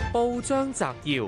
報章摘要：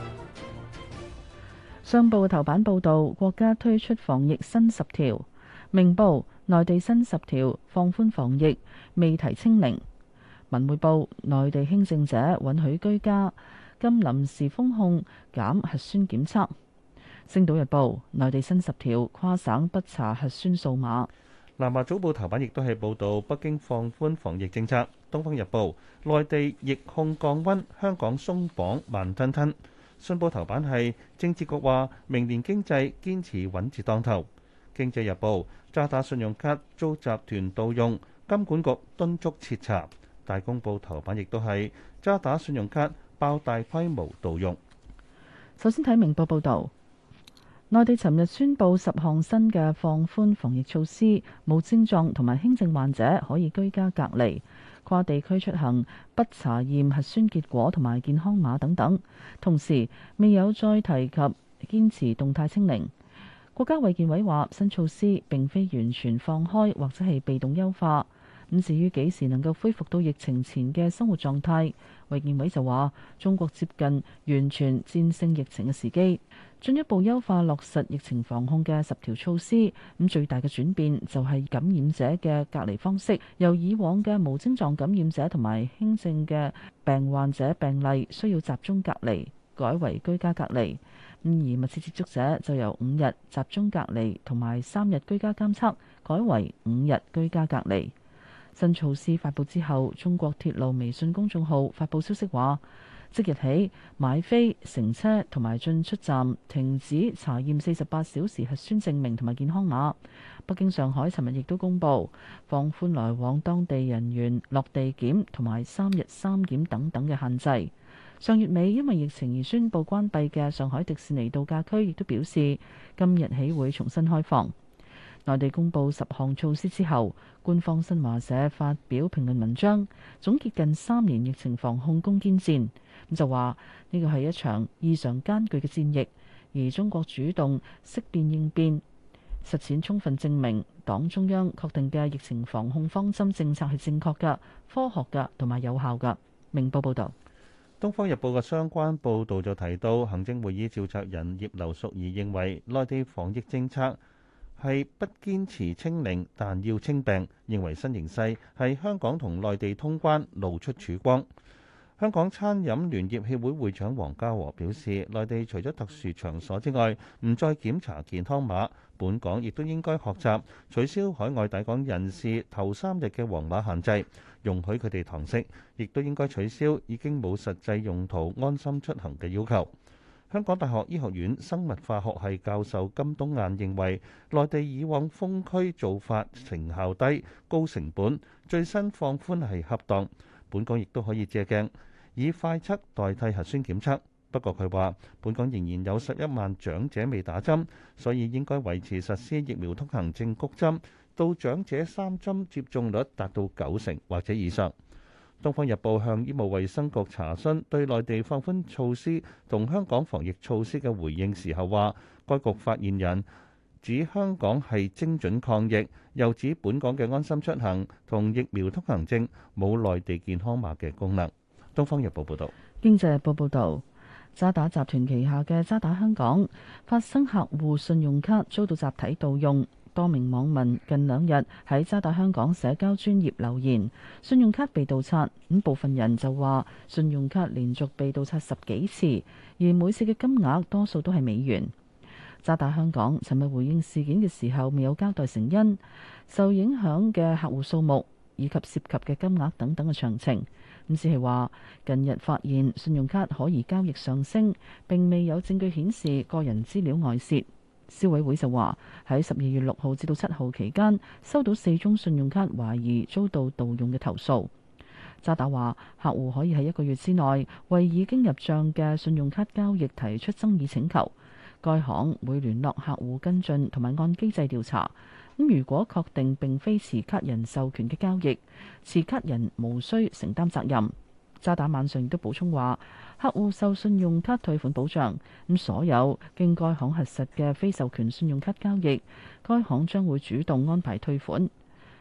上報頭版報導，國家推出防疫新10條。明報，內地新10條放寬防疫，未提清零。文匯報，內地輕症者允許居家，禁臨時封控，減核酸檢測。星島日報，內地新10條跨省不查核酸掃碼。 南華早報頭版亦都係報導北京放寬防疫政策。東方日報，內地疫控降溫，香港鬆綁慢吞吞。信報頭版係政治局話明年經濟堅持穩字當頭。經濟日報，渣打信用卡遭集團盜用，金管局敦促徹查。大公報頭版亦都係渣打信用卡爆大規模盜用。 首先睇明報報導。內地尋日宣布10項新嘅放寬防疫措施，無症狀同埋輕症患者可以居家隔離，跨地區出行不查驗核酸結果同埋健康碼等等。同時未有再提及堅持動態清零。國家衛健委話，新措施並非完全放開或者係被動優化。咁至於幾時能夠恢復到疫情前嘅生活狀態，衛健委就話中國接近完全戰勝疫情嘅時機，進一步優化落實疫情防控嘅10條措施。咁最大嘅轉變就係感染者嘅隔離方式，由以往嘅無症狀感染者同埋輕症嘅病患者病例需要集中隔離，改為居家隔離。而密切接觸者就由5日集中隔離同埋3日居家監測，改為5日居家隔離。新措施發布之後，中國鐵路微信公眾號發布消息話，即日起買飛、乘車同埋進出站停止查驗48小時核酸證明同埋健康碼。北京、上海尋日亦都公布放寬來往當地人員落地檢同埋3日3檢等等嘅限制。上月尾因為疫情而宣布關閉嘅上海迪士尼度假區亦都表示今日起會重新開放。內地公布10項措施之後，官方新華社發表評論文章，總結近3年疫情防控攻堅戰。咁就話呢個係一場異常艱巨嘅戰役，而中國主動識變應變，實踐充分證明黨中央確定嘅疫情防控方針政策係正確嘅、科學嘅同埋有效嘅。明報報導。 《東方日報》嘅相關報導就提到，行政會議召集人葉劉淑儀認為，內地防疫政策係不堅持清零，但要清病，認為新形勢係香港同內地通關露出曙光。香港餐飲聯業協會會長黃家和表示，內地除咗特殊場所之外，唔再檢查健康碼，本港亦都應該學習取消海外抵港人士頭3日嘅黃碼限制，容許佢哋堂食，亦都應該取消已經冇實際用途安心出行嘅要求。香港大學醫學院生物化學系教授金冬雁認為，內地以往封區做法成效低、高成本，最新放寬係恰當，本港亦都可以借鏡，以快測代替核酸檢測。不過佢話，本港仍然有11萬長者未打針，所以應該維持實施疫苗通行證谷針，到長者3針接種率達到90%或者以上。《東方日報》向醫務衛生局查詢對內地放寬措施同香港防疫措施嘅回應時候話，該局發言人指香港係精準抗疫，又指本港嘅安心出行同疫苗通行證冇內地健康碼嘅功能。《東方日報》報導。《 經濟日報》報導，渣打集團旗下嘅渣打香港發生客戶信用卡遭到集體盜用。多名網民近2日喺渣打香港社交專頁留言，信用卡被盜刷。咁部分人就話信用卡連續被盜刷10幾次，而每次嘅金額多數都係美元。渣打香港尋日回應事件嘅時候，未有交代成因、受影響嘅客戶數目以及涉及嘅金額等等嘅詳情。咁只係話近日發現信用卡可疑交易上升，並未有證據顯示個人資料外泄。消委會就話喺12月6號至到7號期間收到4宗信用卡懷疑遭到盜用嘅投訴。渣打話客戶可以喺1個月之內為已經入帳嘅信用卡交易提出爭議請求，該行會聯絡客戶跟進同埋按機制調查。咁如果確定並非持卡人授權嘅交易，持卡人無需承擔責任。渣打晚上亦都補充話，客戶受信用卡退款保障，咁所有經該行核實嘅非授權信用卡交易，該行將會主動安排退款。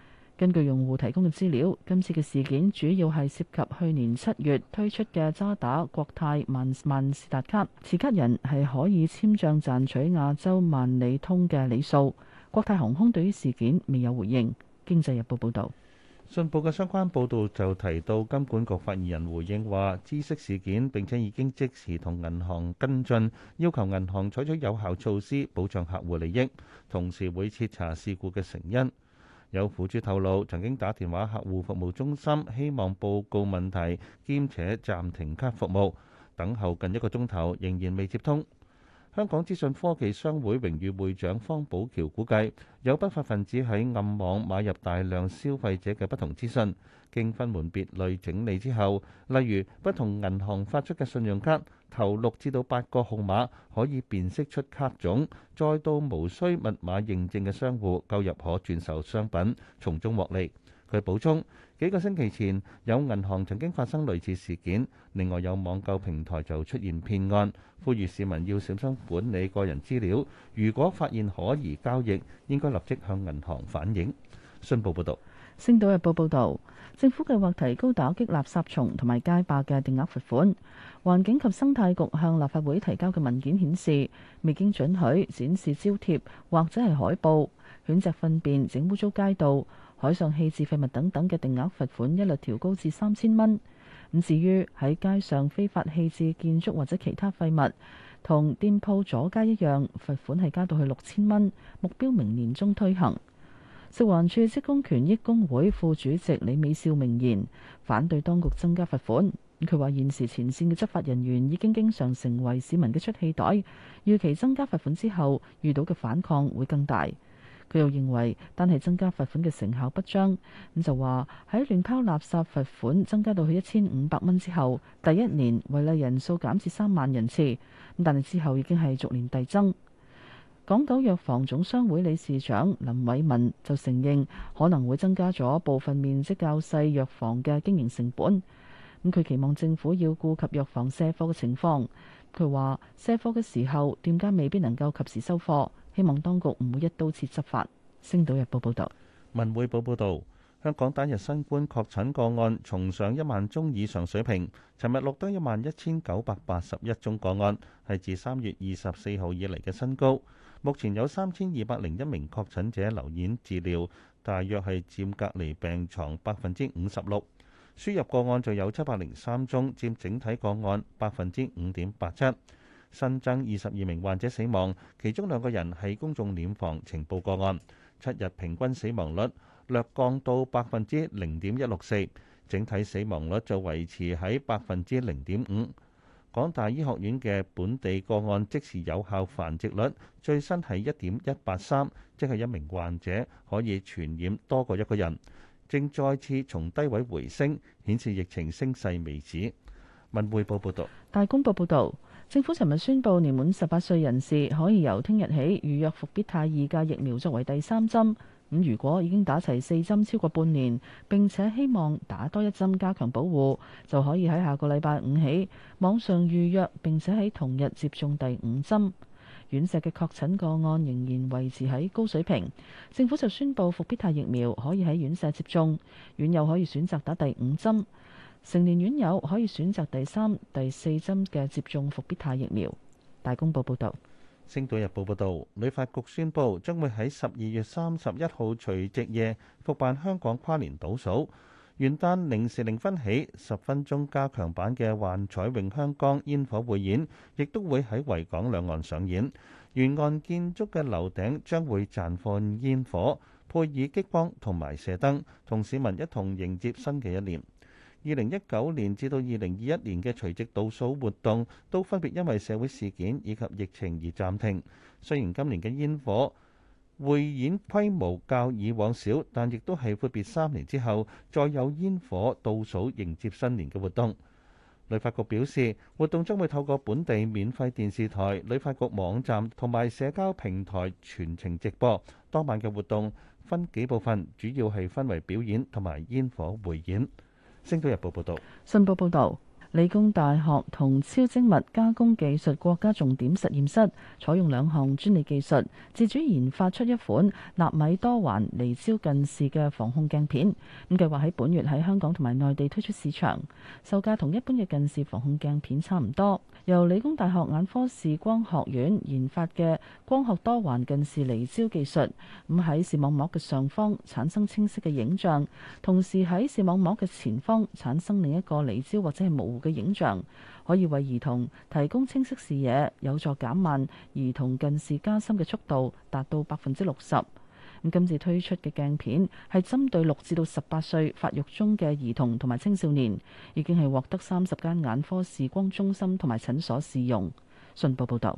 根據用戶提供嘅資料，今次嘅事件主要係涉及去年7月推出嘅渣打國泰萬事達卡，持卡人係可以簽帳賺取亞洲萬里通嘅里數。國泰航空對於事件未有回應。經濟日報報導。 信報嘅相關報導就提到，金管局發言人回應話，知悉事件並且已經即時同銀行跟進，要求銀行採取有效措施保障客戶利益，同時會徹查事故嘅成因。有苦主透露，曾經打電話客戶服務中心，希望報告問題，兼且暫停卡服務，等候近1個鐘頭，仍然未接通。香港資訊科技商會榮譽會長方寶橋估計，有不法分子喺暗網買入大量消費者嘅不同資訊，經分門別類整理之後，例如不同銀行發出嘅信用卡頭6至到8個號碼可以辨識出卡種，再到無需密碼認證嘅商戶購入可轉售商品，從中獲利。佢補充，幾個星期前有銀行曾經發生類似事件，另外有網購平台就出現騙案，呼籲市民要小心管理個人資料，如果發現可疑交易，應該立即向銀行反映。信報報導。 《星島日報》報導，政府計劃提高打擊垃圾蟲同埋街霸嘅定額罰款。環境及生態局向立法會提交嘅文件顯示，未經准許展示招貼或者係海報、犬隻糞便整污糟街道、海上棄置廢物等等嘅定額罰款一律調高至3000蚊。咁至於喺街上非法棄置建築或者其他廢物，同店鋪阻街一樣，罰款係加到去6000蚊，目標明年中推行。食環署職工權益工會副主席李美少明言，反對當局增加罰款。佢話現時前線嘅執法人員已經經常成為市民嘅出氣袋，預期增加罰款之後遇到嘅反抗會更大。佢又認為單係增加罰款嘅成效不彰，咁就話喺亂拋垃圾罰款增加到去1500蚊之後，第1年違例人數減至3萬人次，咁但係之後已經係逐年遞增。港九藥房總商會理事長林偉文就承認可能會增加咗部分面積較細藥房嘅經營成本。咁佢期望政府要顧及藥房卸貨嘅情況。佢話卸貨嘅時候，店家未必能夠及時收貨，希望當局唔會一刀切執法。星島日報報道。 文匯報報導。香港單日新冠確診個案重上1萬宗以上水平，尋日錄得11981宗個案，係自3月24號以嚟嘅新高。目前有3201名確診者留院治療，大約係佔隔離病床56%。輸入個案就有703宗，佔整體個案5.87%。新增22名患者死亡，其中2個人係公眾殮房呈報個案。7日平均死亡率略降到0.164%，整體死亡率就維持喺0.5%。港大醫學院嘅本地個案即時有效繁殖率最新係1.183，即係1名患者可以傳染多過1個人，正再次從低位回升，顯示疫情升勢未止。文匯報報導。 大公報報導，政府尋日宣布，年滿18歲人士可以由聽日起預約復必泰2價疫苗作為第3針。咁如果已經打齊4針超過半年，並且希望打多1針加強保護，就可以喺下個禮拜5起網上預約，並且喺同日接種第5針。院舍嘅確診個案仍然維持喺高水平，政府就宣布復必泰疫苗可以喺院舍接種，院友可以選擇打第5針，成年院友可以選擇第3、第4針嘅接種復必泰疫苗。大公報報導。 《星島日報》報導，旅發局宣布將會喺12月31號除夕夜復辦香港跨年倒數，元旦0時0分起10分鐘加強版嘅幻彩詠香江煙火匯演，亦都會喺維港兩岸上演。沿岸建築嘅樓頂將會綻放煙火，配以激光同埋射燈，同市民一同迎接新嘅一年。2019年至到2021年嘅除夕倒數活動都分別因為社會事件以及疫情而暫停。雖然今年嘅煙火匯演規模較以往少，但亦都係闊別3年之後再有煙火倒數迎接新年嘅活動。旅發局表示，活動將會透過本地免費電視台、旅發局網站同埋社交平台全程直播。當晚嘅活動分幾部分，主要係分為表演同埋煙火匯演。星島日報報道。 信報報導， 理工大學同超精密加工技術國家重點實驗室採用兩項專利技術，自主研發出一款納米多環離焦近視嘅防控鏡片。咁計劃喺本月喺香港同埋內地推出市場，售價同一般嘅近視防控鏡片差唔多。由理工大學眼科視光學院研發嘅光學多環近視離焦技術，咁喺視網膜嘅上方產生清晰嘅影像，同時喺視網膜嘅前方產生另一個離焦或者係模糊嘅影像，可以為兒童提供清晰視野，有助減慢兒童近視加深嘅速度，達到60%。咁今次推出嘅鏡片係針對6至到18歲發育中嘅兒童同埋青少年，已經係獲得30間眼科視光中心同埋診所試用。信報報導。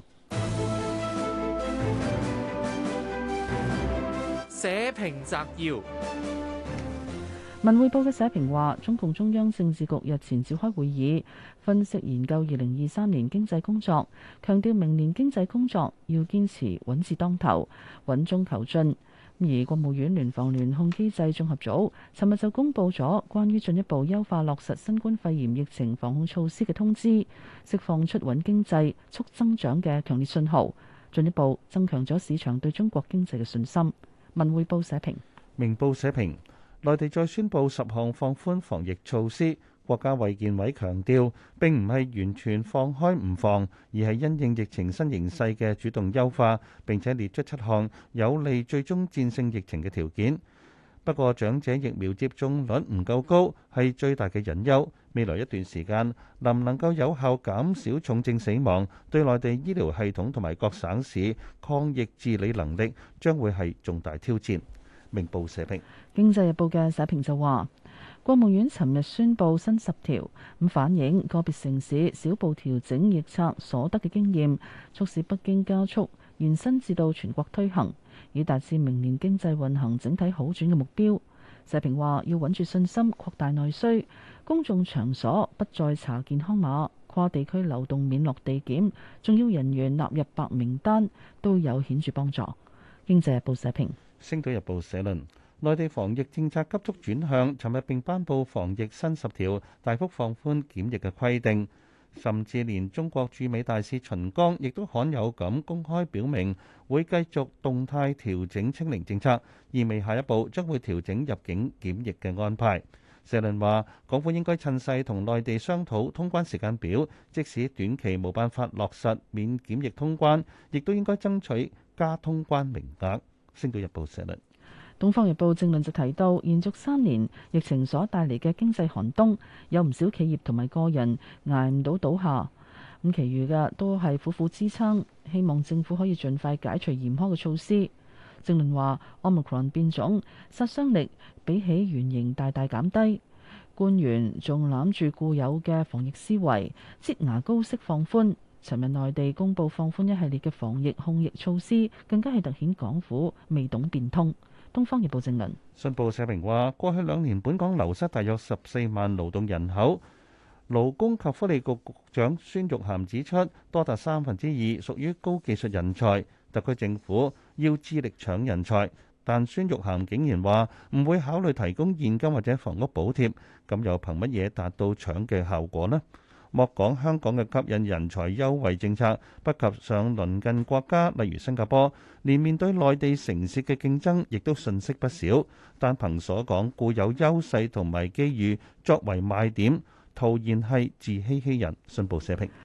社評摘要。 文匯報嘅社評話，中共中央政治局日前召開會議，分析研究2023年經濟工作，強調明年經濟工作要堅持穩字當頭、穩中求進。而國務院聯防聯控機制綜合組尋日就公布咗關於進一步優化落實新冠肺炎疫情防控措施嘅通知，釋放出穩經濟、促增長嘅強烈信號，進一步增強咗市場對中國經濟嘅信心。文匯報社評。 明報社評，內地再宣布10項放寬防疫措施。國家衛健委強調，並唔係完全放開唔防，而係因應疫情新形勢嘅主動優化，並且列出7項有利最終戰勝疫情嘅條件。不過，長者疫苗接種率唔夠高係最大嘅隱憂。未來一段時間能唔能夠有效減少重症死亡，對內地醫療系統同埋各省市抗疫治理能力將會係重大挑戰。明報社評。 經濟日報嘅社評就話，國務院尋日宣布新10條，咁反映個別城市小步調整疫策所得嘅經驗，促使北京加速延伸至到全國推行，以達至明年經濟運行整體好轉嘅目標。社評話要穩住信心，擴大內需，公眾場所不再查健康碼，跨地區流動免落地檢，重要人員納入白名單，都有顯著幫助。經濟日報社評。 星島日報社論。內地防疫政策急速轉向，尋日並頒布防疫新10條，大幅放寬檢疫嘅規定，甚至連中國駐美大使秦剛亦都罕有咁公開表明會繼續動態調整清零政策，意味下一步將會調整入境檢疫嘅安排。社論話，港府應該趁勢同內地商討通關時間表，即使短期冇辦法落實免檢疫通關，亦都應該爭取加通關名額。星島日報社論。 《東方日報》正論就提到，延續3年疫情所帶嚟嘅經濟寒冬，有唔少企業同埋個人捱唔到倒下，咁其餘嘅都係苦苦支撐，希望政府可以盡快解除嚴苛嘅措施。正論話，Omicron 變種殺傷力比起原型大大減低，官員仲攬住固有嘅防疫思維，擠牙膏式放寬。尋日內地公布放寬一系列嘅防疫控疫措施，更加係突顯港府未懂變通。《東方日報》正論。 信報社評話，過去2年本港流失大約14萬勞動人口，勞工及福利局局長孫玉菡指出，多達2/3屬於高技術人才，特區政府要致力搶人才，但孫玉菡竟然話唔會考慮提供現金或者房屋補貼，咁又憑乜嘢達到搶嘅效果呢？莫講香港嘅吸引人才優惠政策不及上鄰近國家，例如新加坡，連面對內地城市嘅競爭，亦都遜色不少。單憑所講固有優勢同埋機遇作為賣點，徒然係自欺欺人。信報社評。